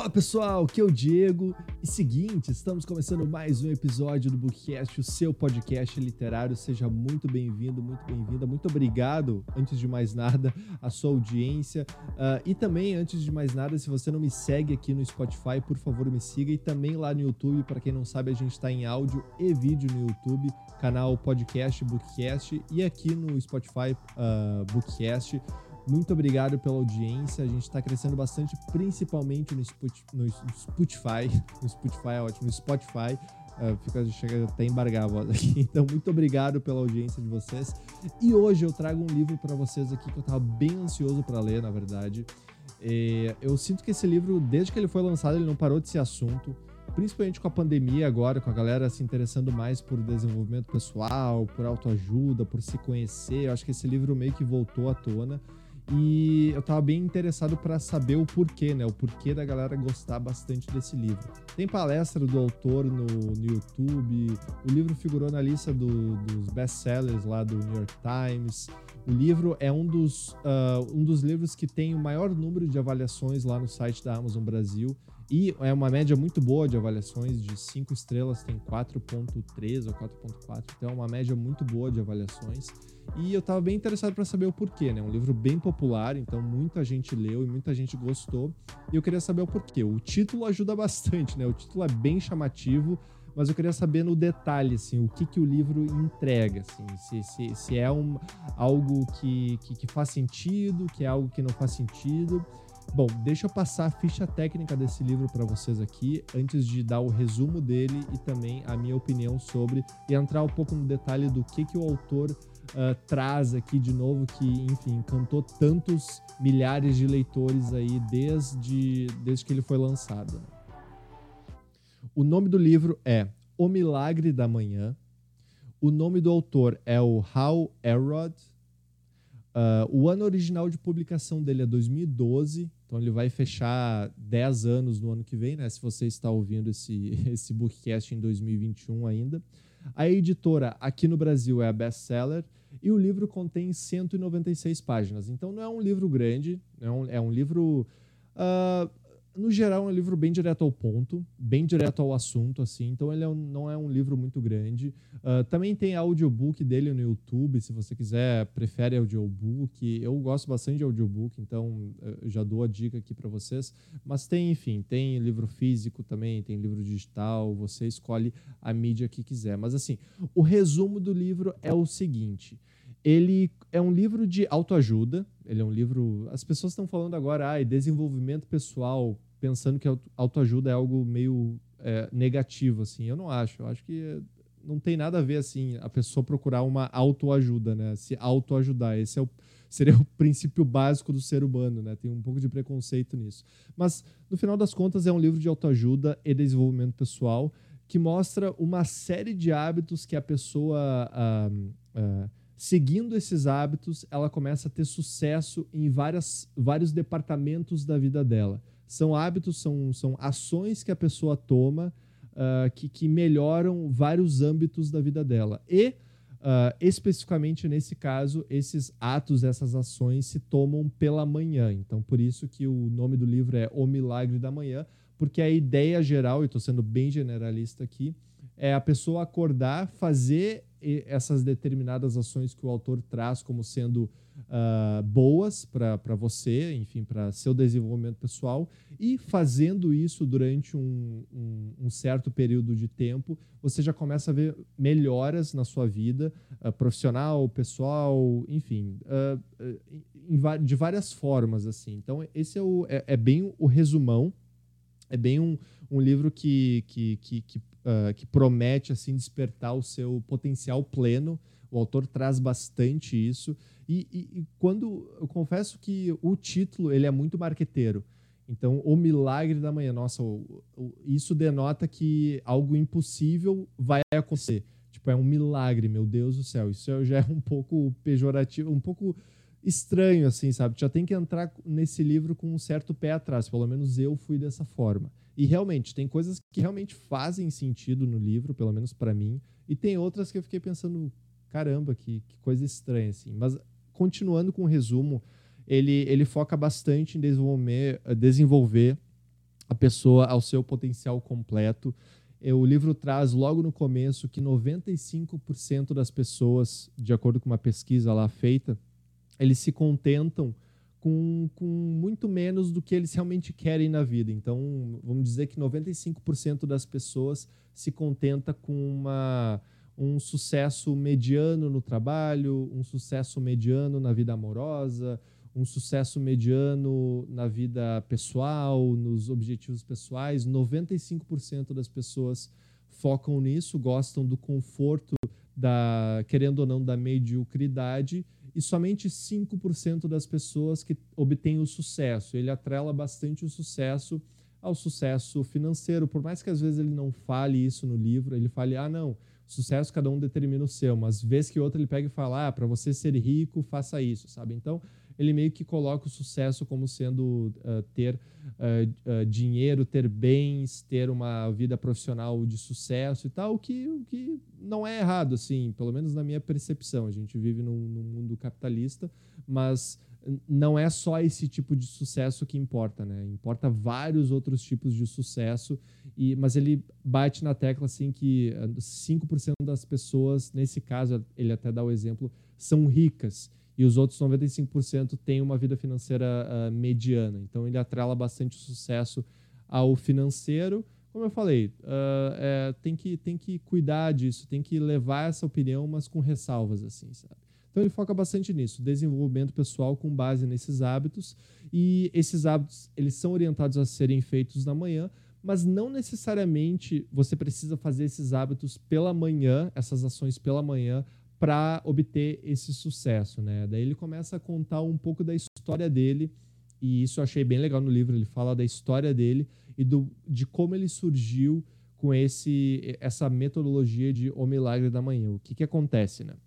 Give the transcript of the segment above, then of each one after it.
Fala pessoal, aqui é o Diego. E seguinte, estamos começando mais um episódio do Bookcast, o seu podcast literário. Seja muito bem-vindo, muito bem-vinda. Muito obrigado, antes de mais nada, a sua audiência. E também, antes de mais nada, se você não me segue aqui no Spotify, por favor me siga. E também lá no YouTube, para quem não sabe, a gente está em áudio e vídeo no YouTube, canal Podcast Bookcast, e aqui no Spotify Bookcast. Muito obrigado pela audiência, a gente está crescendo bastante, principalmente no Spotify, é ótimo, no Spotify, chega até a embargar a voz aqui, então muito obrigado pela audiência de vocês, e hoje eu trago um livro para vocês aqui que eu estava bem ansioso para ler, na verdade. Eu sinto que esse livro, desde que ele foi lançado, ele não parou de ser assunto, principalmente com a pandemia agora, com a galera se interessando mais por desenvolvimento pessoal, por autoajuda, por se conhecer. Eu acho que esse livro meio que voltou à tona. E eu tava bem interessado para saber o porquê, né? O porquê da galera gostar bastante desse livro. Tem palestra do autor no YouTube, o livro figurou na lista dos best-sellers lá do New York Times. O livro é um dos livros que tem o maior número de avaliações lá no site da Amazon Brasil. E é uma média muito boa de avaliações, de 5 estrelas tem 4.3 ou 4.4, então é uma média muito boa de avaliações. E eu estava bem interessado para saber o porquê, né? Um livro bem popular, então muita gente leu e muita gente gostou. E eu queria saber o porquê. O título ajuda bastante, né? O título é bem chamativo, mas eu queria saber no detalhe, assim, o que o livro entrega, assim, se é algo que faz sentido, que é algo que não faz sentido. Bom, deixa eu passar a ficha técnica desse livro para vocês aqui, antes de dar o resumo dele e também a minha opinião sobre, e entrar um pouco no detalhe do que o autor traz aqui de novo, que, enfim, encantou tantos milhares de leitores aí desde que ele foi lançado. O nome do livro é O Milagre da Manhã. O nome do autor é o Hal Elrod. O ano original de publicação dele é 2012, então ele vai fechar 10 anos no ano que vem, né? Se você está ouvindo esse bookcast em 2021 ainda. A editora aqui no Brasil é a Best Seller e o livro contém 196 páginas. Então não é um livro grande, é um livro... no geral, é um livro bem direto ao ponto, bem direto ao assunto, assim. Então ele não é um livro muito grande. Também tem audiobook dele no YouTube, se você prefere audiobook. Eu gosto bastante de audiobook, então eu já dou a dica aqui para vocês. Mas tem livro físico também, tem livro digital, você escolhe a mídia que quiser. Mas assim, o resumo do livro é o seguinte: ele é um livro de autoajuda, ele é um livro... As pessoas estão falando agora, desenvolvimento pessoal, pensando que autoajuda é algo meio negativo, assim. Eu não acho. Eu acho que não tem nada a ver, assim, a pessoa procurar uma autoajuda, né? Se autoajudar. Esse seria o princípio básico do ser humano, né? Tem um pouco de preconceito nisso. Mas, no final das contas, é um livro de autoajuda e desenvolvimento pessoal que mostra uma série de hábitos que a pessoa... seguindo esses hábitos, ela começa a ter sucesso em vários departamentos da vida dela. São hábitos, são ações que a pessoa toma que melhoram vários âmbitos da vida dela. E, especificamente nesse caso, esses atos, essas ações se tomam pela manhã. Então, por isso que o nome do livro é O Milagre da Manhã, porque a ideia geral, e estou sendo bem generalista aqui, é a pessoa acordar, fazer essas determinadas ações que o autor traz como sendo boas para você, enfim, para seu desenvolvimento pessoal, e fazendo isso durante um certo período de tempo, você já começa a ver melhoras na sua vida profissional, pessoal, enfim, de várias formas, assim. Então, esse é bem o resumão, é bem um livro que promete, assim, despertar o seu potencial pleno. O autor traz bastante isso. E quando eu confesso que o título ele é muito marqueteiro. Então, O Milagre da Manhã. Nossa, isso denota que algo impossível vai acontecer. Tipo, é um milagre, meu Deus do céu. Isso já é um pouco pejorativo, um pouco estranho, assim, sabe? Já tem que entrar nesse livro com um certo pé atrás. Pelo menos eu fui dessa forma. E realmente, tem coisas que realmente fazem sentido no livro, pelo menos para mim. E tem outras que eu fiquei pensando, caramba, que coisa estranha, assim. Mas, continuando com o resumo, ele foca bastante em desenvolver a pessoa ao seu potencial completo. O livro traz logo no começo que 95% das pessoas, de acordo com uma pesquisa lá feita, eles se contentam com muito menos do que eles realmente querem na vida. Então, vamos dizer que 95% das pessoas se contenta com um sucesso mediano no trabalho, um sucesso mediano na vida amorosa, um sucesso mediano na vida pessoal, nos objetivos pessoais. 95% das pessoas focam nisso, gostam do conforto, querendo ou não, da mediocridade, e somente 5% das pessoas que obtêm o sucesso. Ele atrela bastante o sucesso ao sucesso financeiro, por mais que às vezes ele não fale isso no livro, ele fale, não, sucesso cada um determina o seu, mas vez que outro ele pega e fala, para você ser rico, faça isso, sabe? Então, ele meio que coloca o sucesso como sendo ter dinheiro, ter bens, ter uma vida profissional de sucesso e tal, o que não é errado, assim, pelo menos na minha percepção. A gente vive num mundo capitalista, mas não é só esse tipo de sucesso que importa, né? Importa vários outros tipos de sucesso, mas ele bate na tecla assim que 5% das pessoas, nesse caso, ele até dá o exemplo, são ricas, e os outros 95% têm uma vida financeira mediana. Então, ele atrela bastante o sucesso ao financeiro. Como eu falei, tem que cuidar disso, tem que levar essa opinião, mas com ressalvas, assim, sabe? Então, ele foca bastante nisso, desenvolvimento pessoal com base nesses hábitos. E esses hábitos, eles são orientados a serem feitos na manhã, mas não necessariamente você precisa fazer esses hábitos pela manhã, essas ações pela manhã, para obter esse sucesso, né? Daí ele começa a contar um pouco da história dele, e isso eu achei bem legal no livro. Ele fala da história dele e de como ele surgiu com essa metodologia de O Milagre da Manhã. O que acontece, né?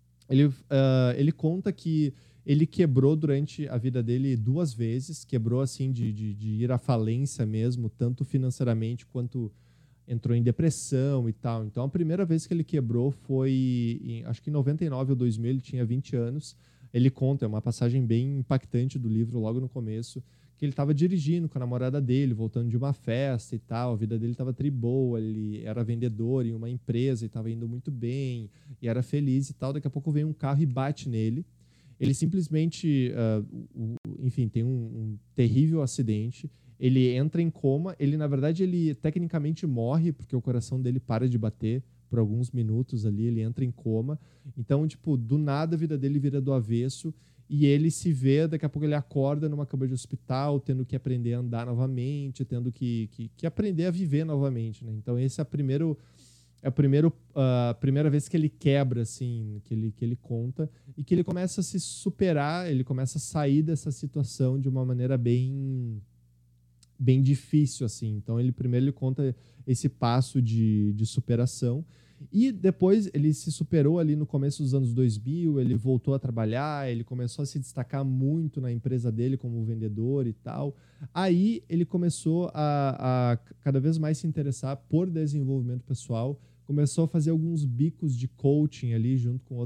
Ele conta que ele quebrou durante a vida dele 2 vezes, quebrou assim de ir à falência mesmo, tanto financeiramente quanto entrou em depressão e tal. Então, a primeira vez que ele quebrou foi, acho que em 99 ou 2000, ele tinha 20 anos. Ele conta, é uma passagem bem impactante do livro, logo no começo, que ele estava dirigindo com a namorada dele, voltando de uma festa e tal. A vida dele estava boa, ele era vendedor em uma empresa e estava indo muito bem, e era feliz e tal. Daqui a pouco vem um carro e bate nele. Ele simplesmente, enfim, tem um terrível acidente. Ele entra em coma. Na verdade, ele tecnicamente morre, porque o coração dele para de bater por alguns minutos ali. Ele entra em coma. Então, tipo, do nada a vida dele vira do avesso, e ele se vê, daqui a pouco ele acorda numa cama de hospital, tendo que aprender a andar novamente, tendo que aprender a viver novamente, né? Então, esse é a primeira vez que ele quebra, assim, que ele conta, e que ele começa a se superar, ele começa a sair dessa situação de uma maneira bem difícil, assim. Então, ele conta esse passo de superação, e depois ele se superou ali no começo dos anos 2000, ele voltou a trabalhar, ele começou a se destacar muito na empresa dele como vendedor e tal. Aí ele começou a cada vez mais se interessar por desenvolvimento pessoal, começou a fazer alguns bicos de coaching ali junto com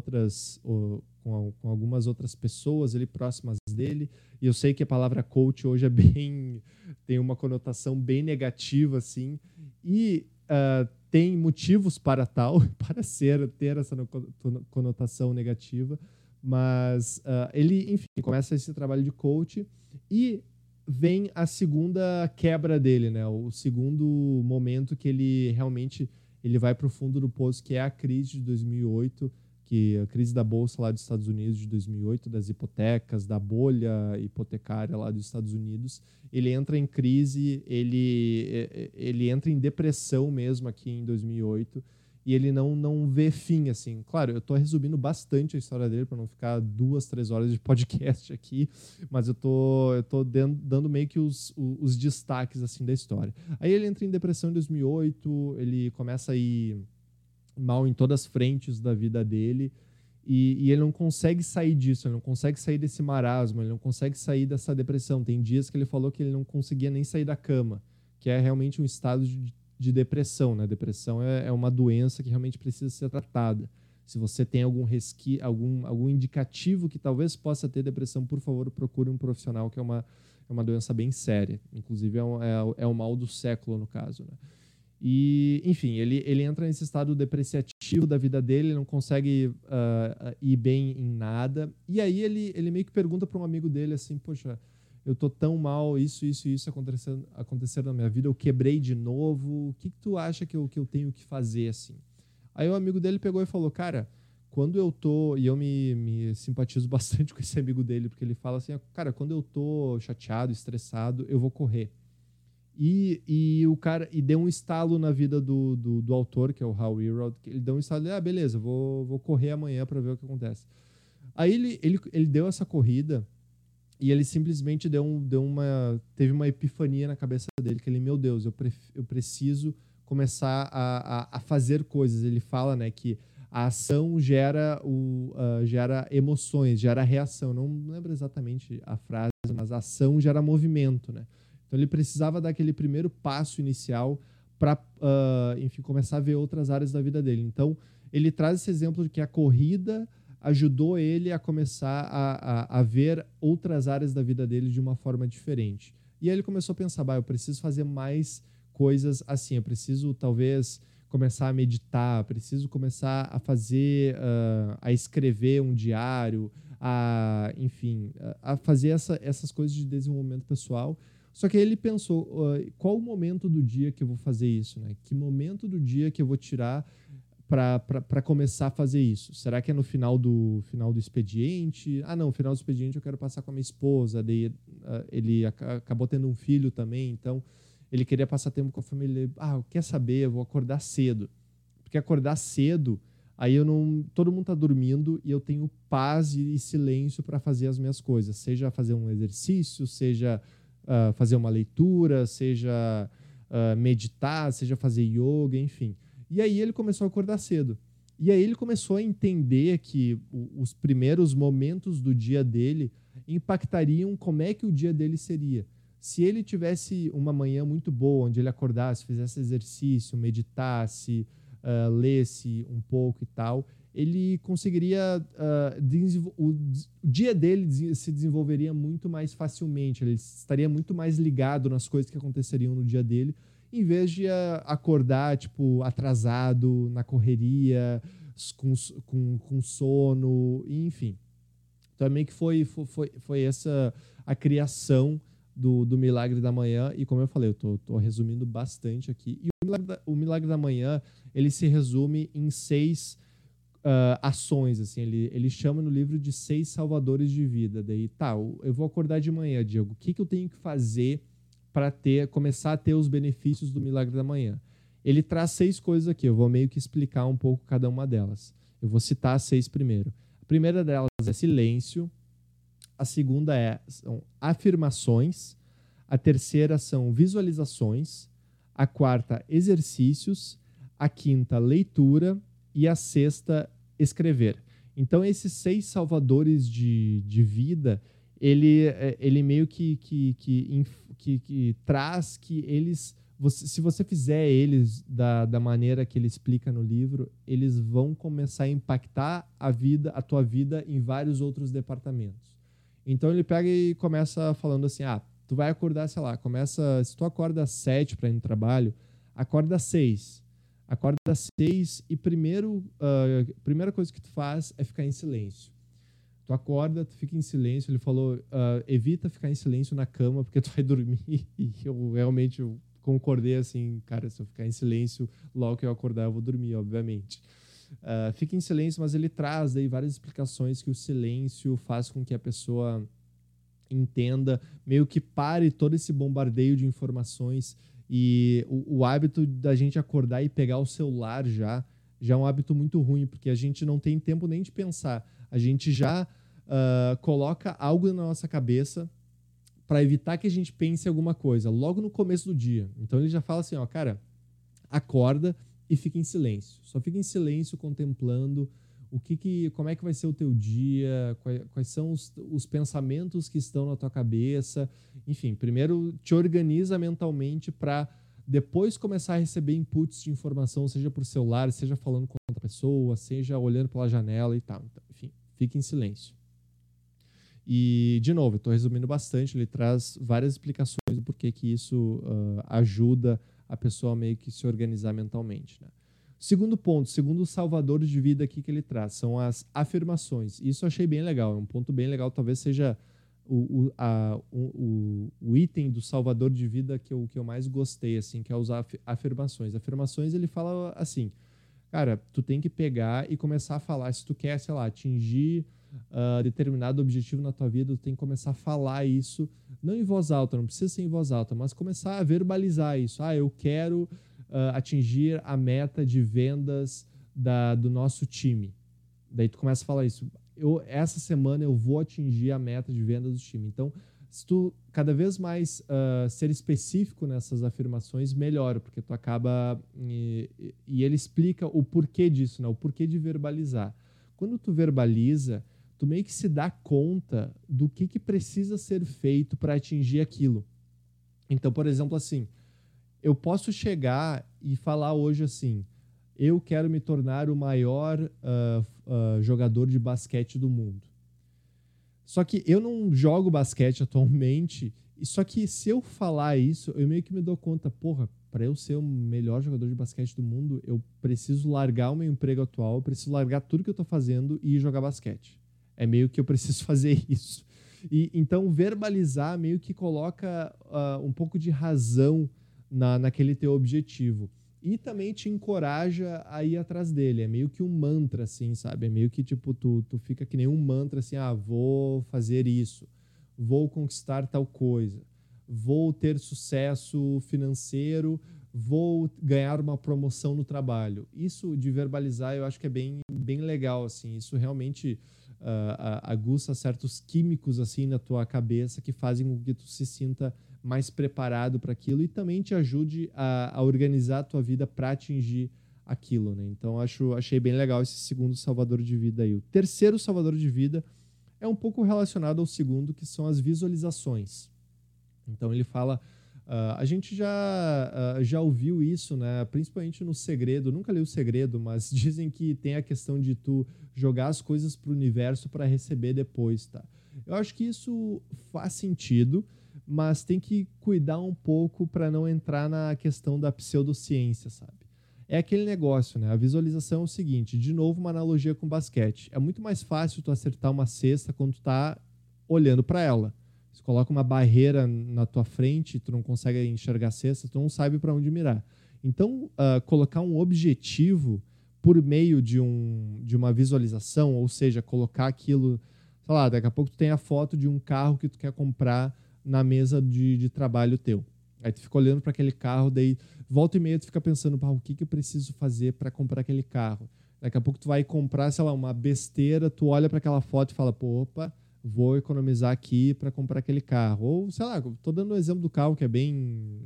com algumas outras pessoas ali próximas dele. E eu sei que a palavra coach hoje tem uma conotação bem negativa, assim, e tem motivos para tal, para ter essa conotação negativa, mas ele, enfim, começa esse trabalho de coach, e vem a segunda quebra dele, né? O segundo momento que ele realmente vai para o fundo do poço, que é a crise de 2008, que a crise da bolsa lá dos Estados Unidos de 2008, das hipotecas, da bolha hipotecária lá dos Estados Unidos. Ele entra em crise, ele entra em depressão mesmo aqui em 2008, e ele não vê fim, assim. Claro, eu estou resumindo bastante a história dele para não ficar 2, 3 horas de podcast aqui, mas eu tô dando meio que os destaques, assim, da história. Aí ele entra em depressão em 2008, ele começa a ir mal em todas as frentes da vida dele, e ele não consegue sair disso, ele não consegue sair desse marasmo, ele não consegue sair dessa depressão. Tem dias que ele falou que ele não conseguia nem sair da cama, que é realmente um estado de depressão, né? Depressão é uma doença que realmente precisa ser tratada. Se você tem algum indicativo que talvez possa ter depressão, por favor, procure um profissional, que é é uma doença bem séria. Inclusive, é o mal do século, no caso, né? E, enfim, ele entra nesse estado depreciativo da vida dele, ele não consegue ir bem em nada. E aí ele meio que pergunta para um amigo dele assim, poxa, eu tô tão mal, isso acontecendo na minha vida, eu quebrei de novo, o que tu acha que eu tenho que fazer, assim? Aí o amigo dele pegou e falou, cara, quando eu tô... E eu me simpatizo bastante com esse amigo dele, porque ele fala assim, cara, quando eu tô chateado, estressado, eu vou correr. E o cara deu um estalo na vida do autor, que é o Hal Elrod, que ele deu um estalo, beleza, vou correr amanhã para ver o que acontece. Aí ele deu essa corrida e ele simplesmente teve uma epifania na cabeça dele, que ele, meu Deus, eu preciso começar a fazer coisas. Ele fala, né, que a ação gera emoções, gera reação. Não lembro exatamente a frase, mas a ação gera movimento, né? Então ele precisava dar aquele primeiro passo inicial para, enfim, começar a ver outras áreas da vida dele. Então ele traz esse exemplo de que a corrida ajudou ele a começar a ver outras áreas da vida dele de uma forma diferente. E aí ele começou a pensar, eu preciso fazer mais coisas assim, eu preciso talvez começar a meditar, preciso começar a fazer, a escrever um diário, enfim, a fazer essas coisas de desenvolvimento pessoal. Só que aí ele pensou, qual o momento do dia que eu vou fazer isso, né? Que momento do dia que eu vou tirar para começar a fazer isso? Será que é no final do expediente? Não, no final do expediente eu quero passar com a minha esposa. Daí, ele acabou tendo um filho também, então ele queria passar tempo com a família. Quer saber? Eu vou acordar cedo. Porque acordar cedo, aí todo mundo está dormindo e eu tenho paz e silêncio para fazer as minhas coisas. Seja fazer um exercício, seja fazer uma leitura, seja meditar, seja fazer yoga, enfim. E aí ele começou a acordar cedo. E aí ele começou a entender que os primeiros momentos do dia dele impactariam como é que o dia dele seria. Se ele tivesse uma manhã muito boa, onde ele acordasse, fizesse exercício, meditasse, lesse um pouco e tal, ele conseguiria... o dia dele se desenvolveria muito mais facilmente, ele estaria muito mais ligado nas coisas que aconteceriam no dia dele, em vez de acordar, tipo, atrasado, na correria, com sono, enfim. Então, meio que foi essa a criação do Milagre da Manhã, e como eu falei, eu tô resumindo bastante aqui. E o Milagre da Manhã, ele se resume em 6 ações, assim, ele chama no livro de 6 salvadores de vida. Daí, eu vou acordar de manhã, Diego, o que eu tenho que fazer para começar a ter os benefícios do Milagre da Manhã? Ele traz 6 coisas aqui, eu vou meio que explicar um pouco cada uma delas. Eu vou citar as 6 primeiro. A primeira delas é silêncio, a segunda são afirmações, a terceira são visualizações, a quarta, exercícios, a quinta, leitura, e a sexta, escrever. Então, esses 6 salvadores de vida, ele meio que traz que eles, se você fizer eles da maneira que ele explica no livro, eles vão começar a impactar a tua vida em vários outros departamentos. Então, ele pega e começa falando assim, tu vai acordar, sei lá, se tu acorda às 7 para ir no trabalho, acorda às 6. Acorda às 6 e primeira coisa que tu faz é ficar em silêncio. Tu acorda, tu fica em silêncio. Ele falou, evita ficar em silêncio na cama, porque tu vai dormir. E eu realmente concordei assim, cara, se eu ficar em silêncio, logo que eu acordar eu vou dormir, obviamente. Fica em silêncio, mas ele traz daí várias explicações que o silêncio faz com que a pessoa entenda, meio que pare todo esse bombardeio de informações. E o hábito da gente acordar e pegar o celular já é um hábito muito ruim, porque a gente não tem tempo nem de pensar. A gente já coloca algo na nossa cabeça para evitar que a gente pense em alguma coisa, logo no começo do dia. Então ele já fala assim, cara, acorda e fica em silêncio. Só fica em silêncio contemplando como é que vai ser o teu dia, quais são os pensamentos que estão na tua cabeça. Enfim, primeiro te organiza mentalmente para depois começar a receber inputs de informação, seja por celular, seja falando com outra pessoa, seja olhando pela janela e tal. Então, enfim, fica em silêncio. E, de novo, eu estou resumindo bastante, ele traz várias explicações do porquê que isso ajuda a pessoa meio que se organizar mentalmente, né? Segundo ponto, segundo salvador de vida aqui que ele traz, são as afirmações. Isso eu achei bem legal, é um ponto bem legal, talvez seja o item do salvador de vida que eu mais gostei, assim, que é usar afirmações. Afirmações, ele fala assim, cara, tu tem que pegar e começar a falar, se tu quer, sei lá, atingir determinado objetivo na tua vida, tu tem que começar a falar isso, não em voz alta, não precisa ser em voz alta, mas começar a verbalizar isso. Eu quero atingir a meta de vendas do nosso time. Daí tu começa a falar isso. Essa semana eu vou atingir a meta de vendas do time. Então, se tu cada vez mais ser específico nessas afirmações, melhor, porque tu acaba... E ele explica o porquê disso, né? O porquê de verbalizar. Quando tu verbaliza, tu meio que se dá conta do que precisa ser feito para atingir aquilo. Então, por exemplo, assim, eu posso chegar e falar hoje assim, eu quero me tornar o maior jogador de basquete do mundo. Só que eu não jogo basquete atualmente, só que se eu falar isso, eu meio que me dou conta, porra, para eu ser o melhor jogador de basquete do mundo, eu preciso largar o meu emprego atual, eu preciso largar tudo que eu tô fazendo e ir jogar basquete. É meio que eu preciso fazer isso. E então verbalizar meio que coloca um pouco de razão naquele teu objetivo. E também te encoraja a ir atrás dele. É meio que um mantra, assim, sabe? É meio que, tipo, tu fica que nem um mantra, assim, vou fazer isso, vou conquistar tal coisa, vou ter sucesso financeiro, vou ganhar uma promoção no trabalho. Isso de verbalizar eu acho que é bem, bem legal, assim. Isso realmente aguça certos químicos, assim, na tua cabeça que fazem com que tu se sinta mais preparado para aquilo e também te ajude a organizar a tua vida para atingir aquilo, né? Então, achei bem legal esse segundo salvador de vida aí. O terceiro salvador de vida é um pouco relacionado ao segundo, que são as visualizações. Então, ele fala... a gente já ouviu isso, né? Principalmente no Segredo. Nunca li o Segredo, mas dizem que tem a questão de tu jogar as coisas para o universo para receber depois, tá? Eu acho que isso faz sentido, mas tem que cuidar um pouco para não entrar na questão da pseudociência, sabe? É aquele negócio, né? A visualização é o seguinte, de novo uma analogia com basquete. É muito mais fácil tu acertar uma cesta quando tu tá olhando para ela. Você coloca uma barreira na tua frente, tu não consegue enxergar a cesta, tu não sabe para onde mirar. Então, colocar um objetivo por meio de uma visualização, ou seja, colocar aquilo, sei lá, daqui a pouco tu tem a foto de um carro que tu quer comprar na mesa de trabalho teu. Aí tu fica olhando para aquele carro, daí volta e meia tu fica pensando, o que eu preciso fazer para comprar aquele carro? Daqui a pouco tu vai comprar, sei lá, uma besteira, tu olha para aquela foto e fala, opa, vou economizar aqui para comprar aquele carro. Ou, sei lá, tô dando o exemplo do carro que é bem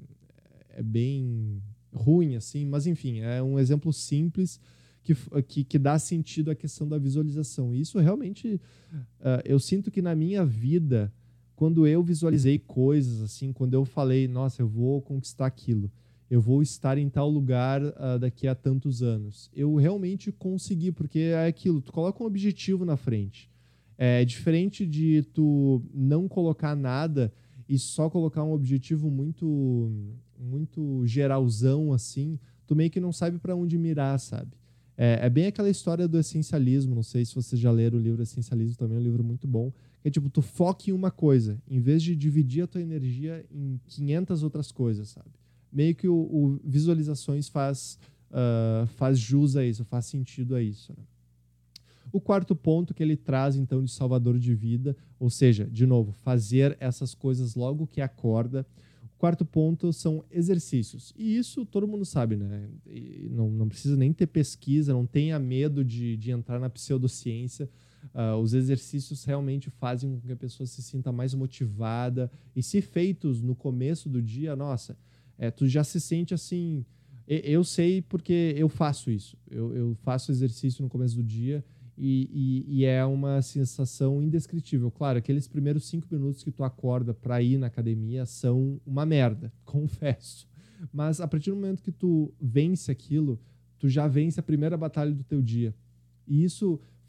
ruim, assim, mas enfim, é um exemplo simples que dá sentido à questão da visualização. E isso realmente, eu sinto que na minha vida, quando eu visualizei coisas, assim, quando eu falei, nossa, eu vou conquistar aquilo, eu vou estar em tal lugar daqui a tantos anos, eu realmente consegui, porque é aquilo, tu coloca um objetivo na frente. É diferente de tu não colocar nada e só colocar um objetivo muito, muito geralzão, assim, tu meio que não sabe para onde mirar, sabe? É bem aquela história do essencialismo, não sei se vocês já leram o livro Essencialismo, também é um livro muito bom, que é tipo, tu foca em uma coisa, em vez de dividir a tua energia em 500 outras coisas, sabe? Meio que o visualizações faz jus a isso, faz sentido a isso, né? O quarto ponto que ele traz, então, de salvador de vida, ou seja, de novo, fazer essas coisas logo que acorda. O quarto ponto são exercícios. E isso todo mundo sabe, né? E não precisa nem ter pesquisa, não tenha medo de entrar na pseudociência. Os exercícios realmente fazem com que a pessoa se sinta mais motivada. E se feitos no começo do dia, nossa, tu já se sente assim... Eu sei porque eu faço isso. Eu faço exercício no começo do dia e é uma sensação indescritível. Claro, aqueles primeiros 5 minutos que tu acorda para ir na academia são uma merda, confesso. Mas a partir do momento que tu vence aquilo, tu já vence a primeira batalha do teu dia. E isso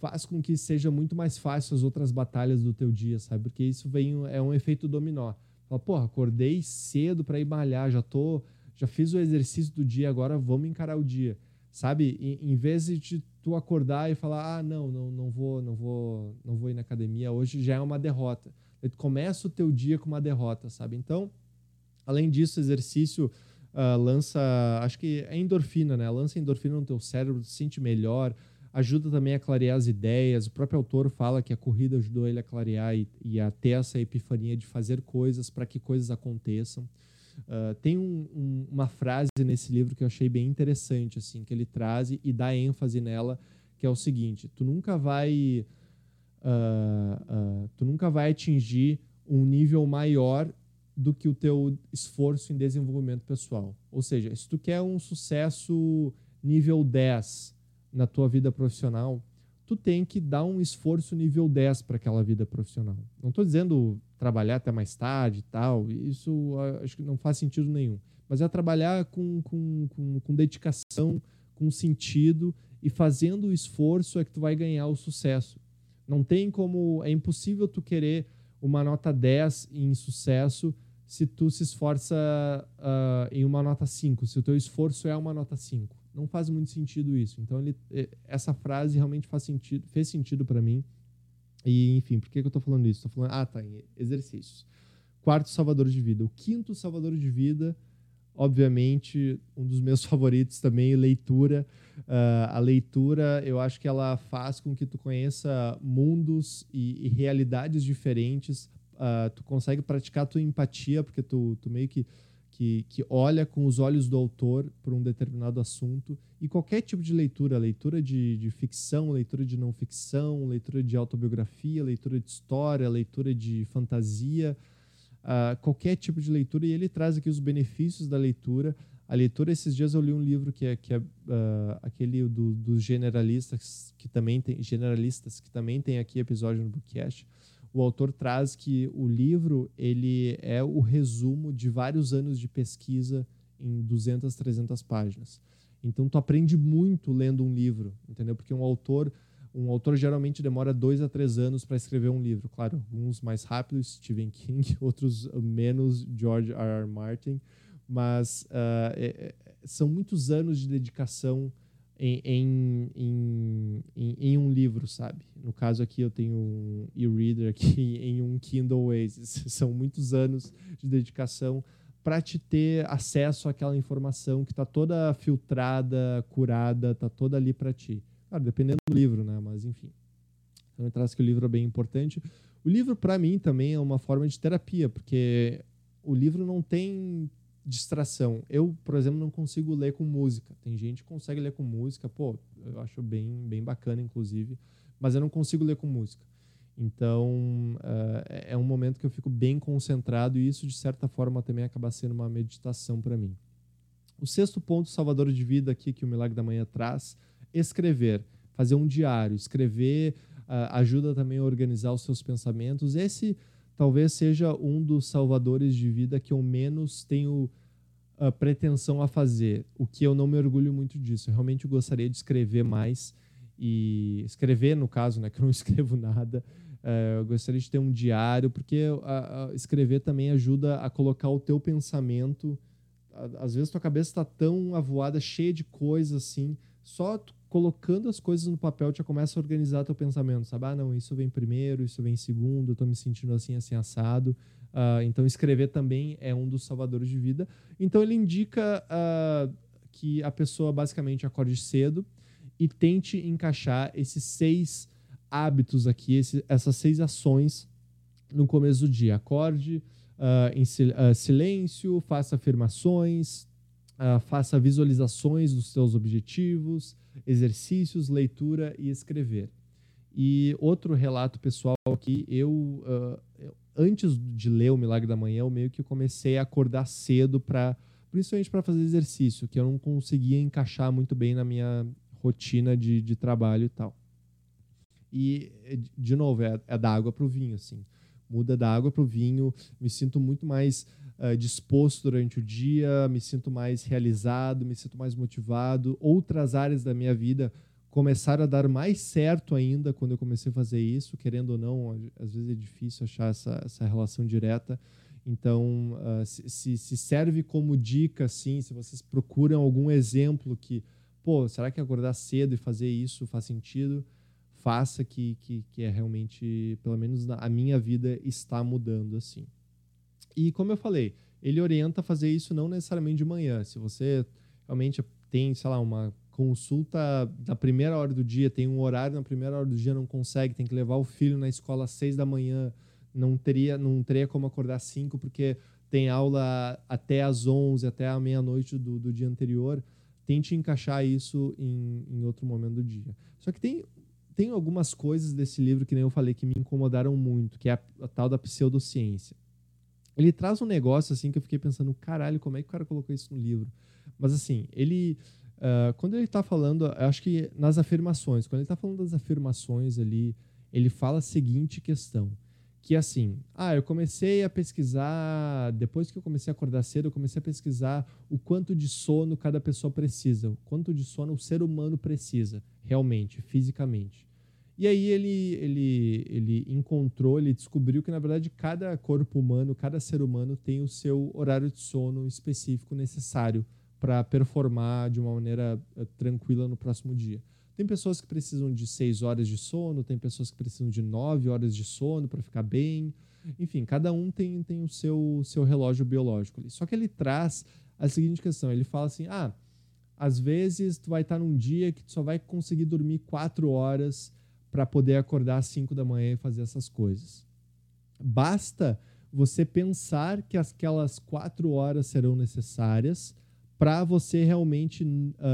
faz com que seja muito mais fácil as outras batalhas do teu dia, sabe? Porque isso é um efeito dominó. Fala, porra, acordei cedo para ir malhar, já fiz o exercício do dia, agora vamos encarar o dia, sabe? Em vez de tu acordar e falar, não vou ir na academia, hoje já é uma derrota. Tu começa o teu dia com uma derrota, sabe? Então, além disso, o exercício lança, acho que é endorfina, né? Lança endorfina no teu cérebro, tu se sente melhor, ajuda também a clarear as ideias. O próprio autor fala que a corrida ajudou ele a clarear e a ter essa epifania de fazer coisas para que coisas aconteçam. Tem uma frase nesse livro que eu achei bem interessante, assim, que ele traz e dá ênfase nela, que é o seguinte: tu nunca vai atingir um nível maior do que o teu esforço em desenvolvimento pessoal. Ou seja, se tu quer um sucesso nível 10 na tua vida profissional, tu tem que dar um esforço nível 10 para aquela vida profissional. Não estou dizendo trabalhar até mais tarde e tal, isso acho que não faz sentido nenhum. Mas é trabalhar com dedicação, com sentido, e fazendo o esforço é que tu vai ganhar o sucesso. Não tem como, é impossível tu querer uma nota 10 em sucesso se tu se esforça em uma nota 5, se o teu esforço é uma nota 5. Não faz muito sentido isso. Então, essa frase realmente fez sentido para mim. E, enfim, por que eu estou falando isso? Estou falando, em exercícios. Quarto salvador de vida. O quinto salvador de vida, obviamente, um dos meus favoritos também, leitura. A leitura, eu acho que ela faz com que tu conheça mundos e realidades diferentes. Tu consegue praticar a tua empatia, porque tu meio que olha com os olhos do autor para um determinado assunto. E qualquer tipo de leitura de ficção, leitura de não ficção, leitura de autobiografia, leitura de história, leitura de fantasia, qualquer tipo de leitura. E ele traz aqui os benefícios da leitura. A leitura, esses dias eu li um livro que é aquele dos generalistas, que também tem aqui episódio no Bookcast. O autor traz que o livro ele é o resumo de vários anos de pesquisa em 200, 300 páginas. Então, tu aprende muito lendo um livro, entendeu? Porque um autor geralmente demora 2 a 3 anos para escrever um livro. Claro, alguns mais rápidos, Stephen King, outros menos, George R. R. Martin. Mas são muitos anos de dedicação em um livro, sabe? No caso aqui eu tenho um e-reader aqui em um Kindle Oasis. São muitos anos de dedicação para te ter acesso àquela informação que está toda filtrada, curada, está toda ali para ti. Claro, dependendo do livro, né? Mas enfim. Então eu trago que o livro é bem importante. O livro, para mim, também é uma forma de terapia, porque o livro não tem distração. Eu, por exemplo, não consigo ler com música. Tem gente que consegue ler com música, eu acho bem bacana, inclusive, mas eu não consigo ler com música. Então, é um momento que eu fico bem concentrado e isso, de certa forma, também acaba sendo uma meditação para mim. O sexto ponto salvador de vida aqui que o Milagre da Manhã traz, escrever, fazer um diário. Escrever ajuda também a organizar os seus pensamentos. Esse talvez seja um dos salvadores de vida que eu menos tenho pretensão a fazer, o que eu não me orgulho muito disso. Eu realmente gostaria de escrever mais, e escrever, no caso, né, que eu não escrevo nada. Eu gostaria de ter um diário, porque escrever também ajuda a colocar o teu pensamento. Às vezes tua cabeça está tão avoada, cheia de coisas assim, só colocando as coisas no papel já começa a organizar teu pensamento, sabe? Não, isso vem primeiro, isso vem segundo, eu tô me sentindo assim assado. Então escrever também é um dos salvadores de vida. Então ele indica que a pessoa basicamente acorde cedo e tente encaixar esses 6 hábitos aqui, essas 6 ações no começo do dia. Acorde em silêncio, faça afirmações, faça visualizações dos seus objetivos, exercícios, leitura e escrever. E outro relato pessoal aqui, eu antes de ler o Milagre da Manhã, eu meio que comecei a acordar cedo, principalmente para fazer exercício, que eu não conseguia encaixar muito bem na minha rotina de trabalho e tal. E, de novo, é da água para o vinho, assim. Muda da água para o vinho, me sinto muito mais disposto durante o dia, me sinto mais realizado, me sinto mais motivado. Outras áreas da minha vida começaram a dar mais certo ainda quando eu comecei a fazer isso, querendo ou não, às vezes é difícil achar essa relação direta. Então, se serve como dica, assim, se vocês procuram algum exemplo que, pô, será que acordar cedo e fazer isso faz sentido? Faça que é realmente, pelo menos a minha vida está mudando, assim. E como eu falei, ele orienta a fazer isso não necessariamente de manhã. Se você realmente tem, sei lá, uma consulta na primeira hora do dia, tem um horário na primeira hora do dia, não consegue, tem que levar o filho na escola às 6 da manhã, não teria como acordar às 5 porque tem aula até às 11, até a meia-noite do dia anterior, tente encaixar isso em outro momento do dia. Só que tem algumas coisas desse livro que nem eu falei que me incomodaram muito, que é a tal da pseudociência. Ele traz um negócio assim que eu fiquei pensando, caralho, como é que o cara colocou isso no livro? Mas assim, quando ele tá falando, eu acho que nas afirmações, quando ele tá falando das afirmações ali, ele fala a seguinte questão, que assim, eu comecei a pesquisar, depois que eu comecei a acordar cedo, eu comecei a pesquisar o quanto de sono cada pessoa precisa, o quanto de sono o ser humano precisa, realmente, fisicamente. E aí ele encontrou, ele descobriu que, na verdade, cada corpo humano, cada ser humano tem o seu horário de sono específico necessário para performar de uma maneira tranquila no próximo dia. Tem pessoas que precisam de 6 horas de sono, tem pessoas que precisam de 9 horas de sono para ficar bem. Enfim, cada um tem o seu relógio biológico ali. Só que ele traz a seguinte questão, ele fala assim, às vezes tu vai estar num dia que tu só vai conseguir dormir 4 horas para poder acordar às 5 da manhã e fazer essas coisas. Basta você pensar que aquelas 4 horas serão necessárias para você realmente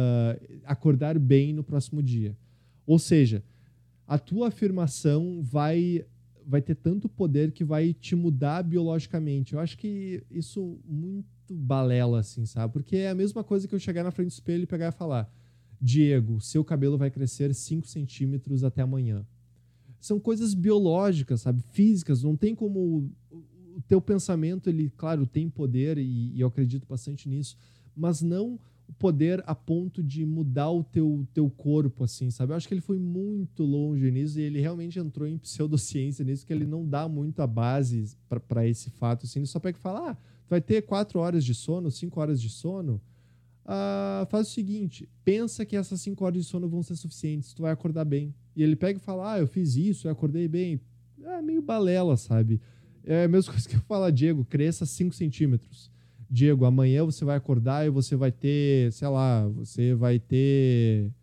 acordar bem no próximo dia. Ou seja, a tua afirmação vai ter tanto poder que vai te mudar biologicamente. Eu acho que isso muito balela, assim, sabe? Porque é a mesma coisa que eu chegar na frente do espelho e pegar e falar: Diego, seu cabelo vai crescer 5 centímetros até amanhã. São coisas biológicas, sabe? Físicas, não tem como... O teu pensamento, ele, claro, tem poder e eu acredito bastante nisso, mas não o poder a ponto de mudar o teu corpo, assim, sabe? Eu acho que ele foi muito longe nisso e ele realmente entrou em pseudociência nisso, que ele não dá muita base para esse fato, assim. Ele só pega e fala, tu vai ter 4 horas de sono, 5 horas de sono, faz o seguinte, pensa que essas 5 horas de sono vão ser suficientes, tu vai acordar bem. E ele pega e fala, eu fiz isso, eu acordei bem. É meio balela, sabe? É a mesma coisa que eu falo, Diego, cresça 5 centímetros. Diego, amanhã você vai acordar e você vai ter, sei lá, você vai ter...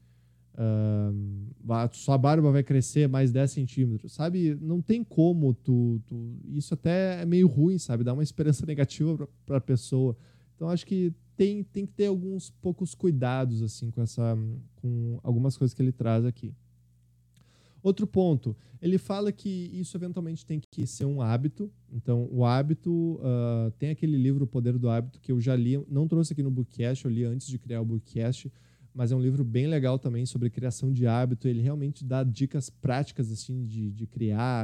sua barba vai crescer mais 10 centímetros, sabe? Não tem como isso até é meio ruim, sabe? Dá uma esperança negativa para a pessoa. Então, acho que tem que ter alguns poucos cuidados, assim, com algumas coisas que ele traz aqui. Outro ponto, ele fala que isso eventualmente tem que ser um hábito. Então, o hábito, tem aquele livro O Poder do Hábito que eu já li, não trouxe aqui no Bookcast, eu li antes de criar o Bookcast, mas é um livro bem legal também sobre criação de hábito. Ele realmente dá dicas práticas assim de criar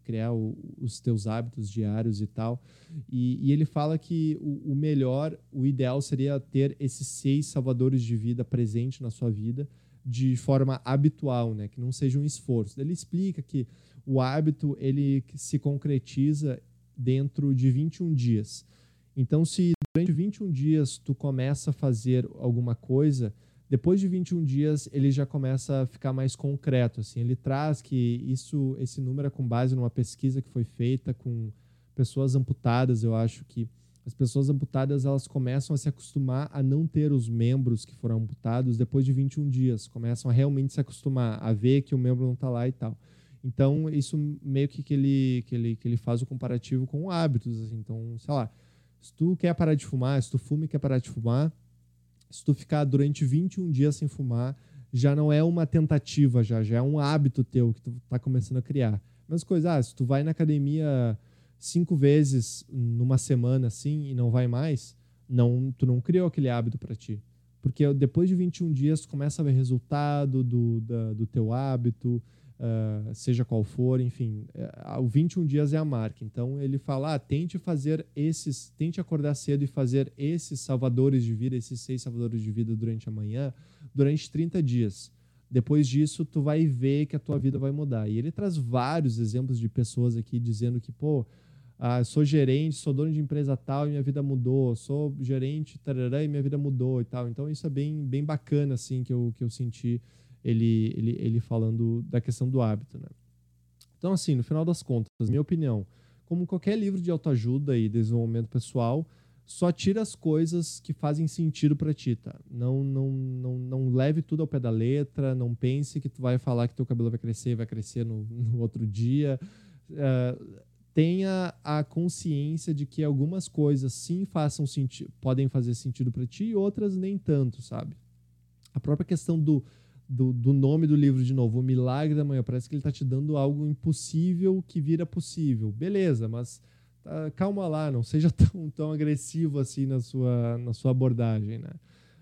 os teus hábitos diários e tal. E ele fala que o melhor, o ideal seria ter esses 6 salvadores de vida presentes na sua vida de forma habitual, né? Que não seja um esforço. Ele explica que o hábito ele se concretiza dentro de 21 dias. Então, se durante 21 dias tu começa a fazer alguma coisa, depois de 21 dias ele já começa a ficar mais concreto. Assim. Ele traz que esse número é com base numa pesquisa que foi feita com pessoas amputadas. Eu acho que as pessoas amputadas elas começam a se acostumar a não ter os membros que foram amputados depois de 21 dias. Começam a realmente se acostumar a ver que o membro não está lá e tal. Então, isso meio que ele faz o comparativo com hábitos. Assim. Então, sei lá, se tu quer parar de fumar, se tu fuma e quer parar de fumar, se tu ficar durante 21 dias sem fumar, já não é uma tentativa, já é um hábito teu que tu tá começando a criar. Mesma coisa, se tu vai na academia 5 vezes numa semana assim e não vai mais, tu não criou aquele hábito para ti. Porque depois de 21 dias tu começa a ver resultado do teu hábito, seja qual for, enfim, o 21 dias é a marca. Então ele fala, tente acordar cedo e fazer esses salvadores de vida, esses 6 salvadores de vida durante a manhã, durante 30 dias. depois disso tu vai ver que a tua vida vai mudar. E ele traz vários exemplos de pessoas aqui dizendo que, sou gerente, sou dono de empresa tal e minha vida mudou, sou gerente tarará, e minha vida mudou e tal. Então isso é bem, bem bacana, assim, que eu senti ele falando da questão do hábito, né? Então, assim, no final das contas, minha opinião, como qualquer livro de autoajuda e desenvolvimento pessoal, só tira as coisas que fazem sentido para ti, tá? Não leve tudo ao pé da letra, não pense que tu vai falar que teu cabelo vai crescer no outro dia. Tenha a consciência de que algumas coisas sim podem fazer sentido para ti e outras nem tanto, sabe? A própria questão do nome do livro, de novo, O Milagre da Manhã, parece que ele tá te dando algo impossível que vira possível. Beleza, mas calma lá, não seja tão agressivo assim na sua abordagem, né?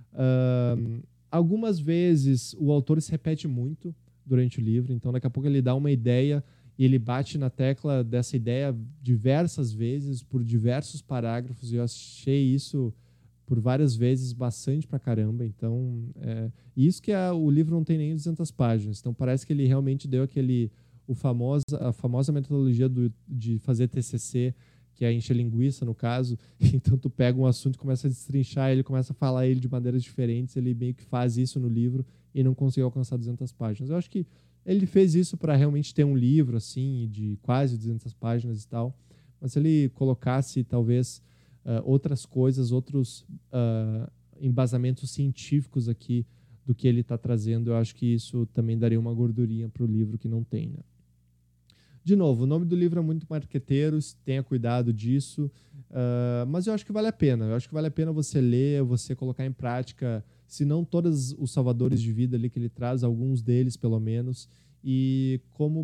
Algumas vezes o autor se repete muito durante o livro, então daqui a pouco ele dá uma ideia e ele bate na tecla dessa ideia diversas vezes, por diversos parágrafos, e eu achei isso por várias vezes bastante pra caramba. Então, isso que o livro não tem nem 200 páginas, então parece que ele realmente deu a famosa metodologia de fazer TCC, que é encher linguiça, no caso. Então tu pega um assunto e começa a destrinchar ele, começa a falar ele de maneiras diferentes, ele meio que faz isso no livro e não conseguiu alcançar 200 páginas. Eu acho que ele fez isso para realmente ter um livro assim de quase 200 páginas e tal, mas se ele colocasse talvez outras coisas, outros embasamentos científicos aqui do que ele está trazendo, eu acho que isso também daria uma gordurinha para o livro que não tem, né? De novo, o nome do livro é muito marqueteiro, tenha cuidado disso, mas eu acho que vale a pena. Eu acho que vale a pena você ler, você colocar em prática, se não todos os salvadores de vida ali que ele traz, alguns deles pelo menos. E como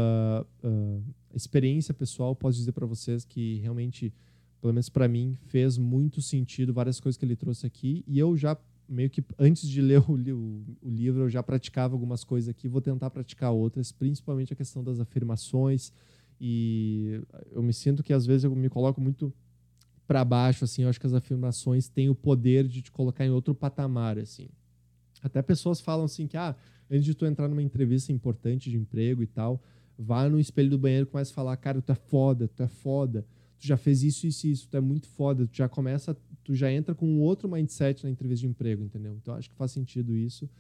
experiência pessoal, posso dizer para vocês que realmente, pelo menos para mim, fez muito sentido várias coisas que ele trouxe aqui. E eu já, meio que antes de ler o livro, eu já praticava algumas coisas aqui, vou tentar praticar outras, principalmente a questão das afirmações. E eu me sinto que às vezes eu me coloco muito para baixo, assim. Eu acho que as afirmações têm o poder de te colocar em outro patamar, assim. Até pessoas falam assim que, antes de tu entrar numa entrevista importante de emprego e tal, vá no espelho do banheiro e começa a falar, cara, tu é foda, tu já fez isso, tu é muito foda, tu já entra com um outro mindset na entrevista de emprego, entendeu? Então, acho que faz sentido isso.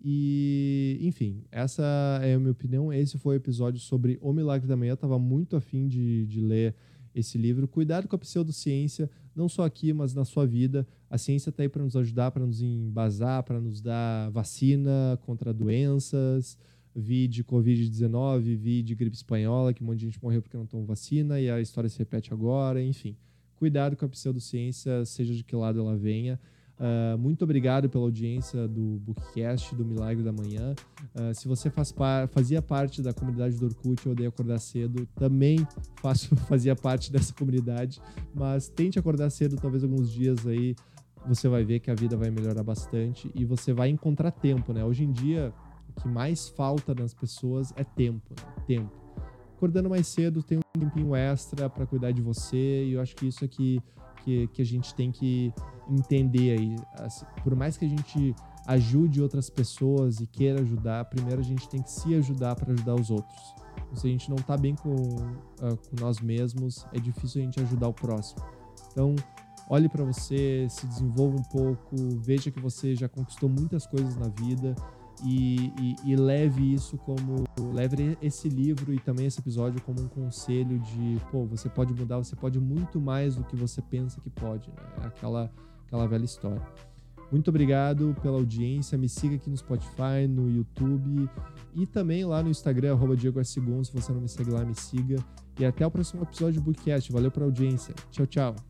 E, enfim, essa é a minha opinião. Esse foi o episódio sobre O Milagre da Manhã. Eu estava muito afim de ler esse livro. Cuidado com a pseudociência, não só aqui, mas na sua vida. A ciência está aí para nos ajudar, para nos embasar, para nos dar vacina contra doenças. Vi de Covid-19, vi de gripe espanhola, que um monte de gente morreu porque não tomou vacina, e a história se repete agora. Enfim, cuidado com a pseudociência, seja de que lado ela venha. Muito obrigado pela audiência do Bookcast, do Milagre da Manhã. Se você fazia parte da comunidade do Orkut, Eu Odeio Acordar Cedo, também fazia parte dessa comunidade, mas tente acordar cedo, talvez alguns dias aí você vai ver que a vida vai melhorar bastante e você vai encontrar tempo, né? Hoje em dia, o que mais falta nas pessoas é tempo, né? Tempo. Acordando mais cedo, tem um tempinho extra para cuidar de você, e eu acho que isso é que a gente tem que entender aí. Assim, por mais que a gente ajude outras pessoas e queira ajudar, primeiro a gente tem que se ajudar para ajudar os outros. Se a gente não tá bem com nós mesmos, é difícil a gente ajudar o próximo. Então, olhe para você, se desenvolva um pouco, veja que você já conquistou muitas coisas na vida e leve esse livro e também esse episódio como um conselho de, você pode mudar, você pode muito mais do que você pensa que pode, né? É aquela velha história. Muito obrigado pela audiência, me siga aqui no Spotify, no YouTube e também lá no Instagram, @DiegoSegun. Se você não me segue lá, me siga. E até o próximo episódio do Bookcast. Valeu pela audiência. Tchau, tchau.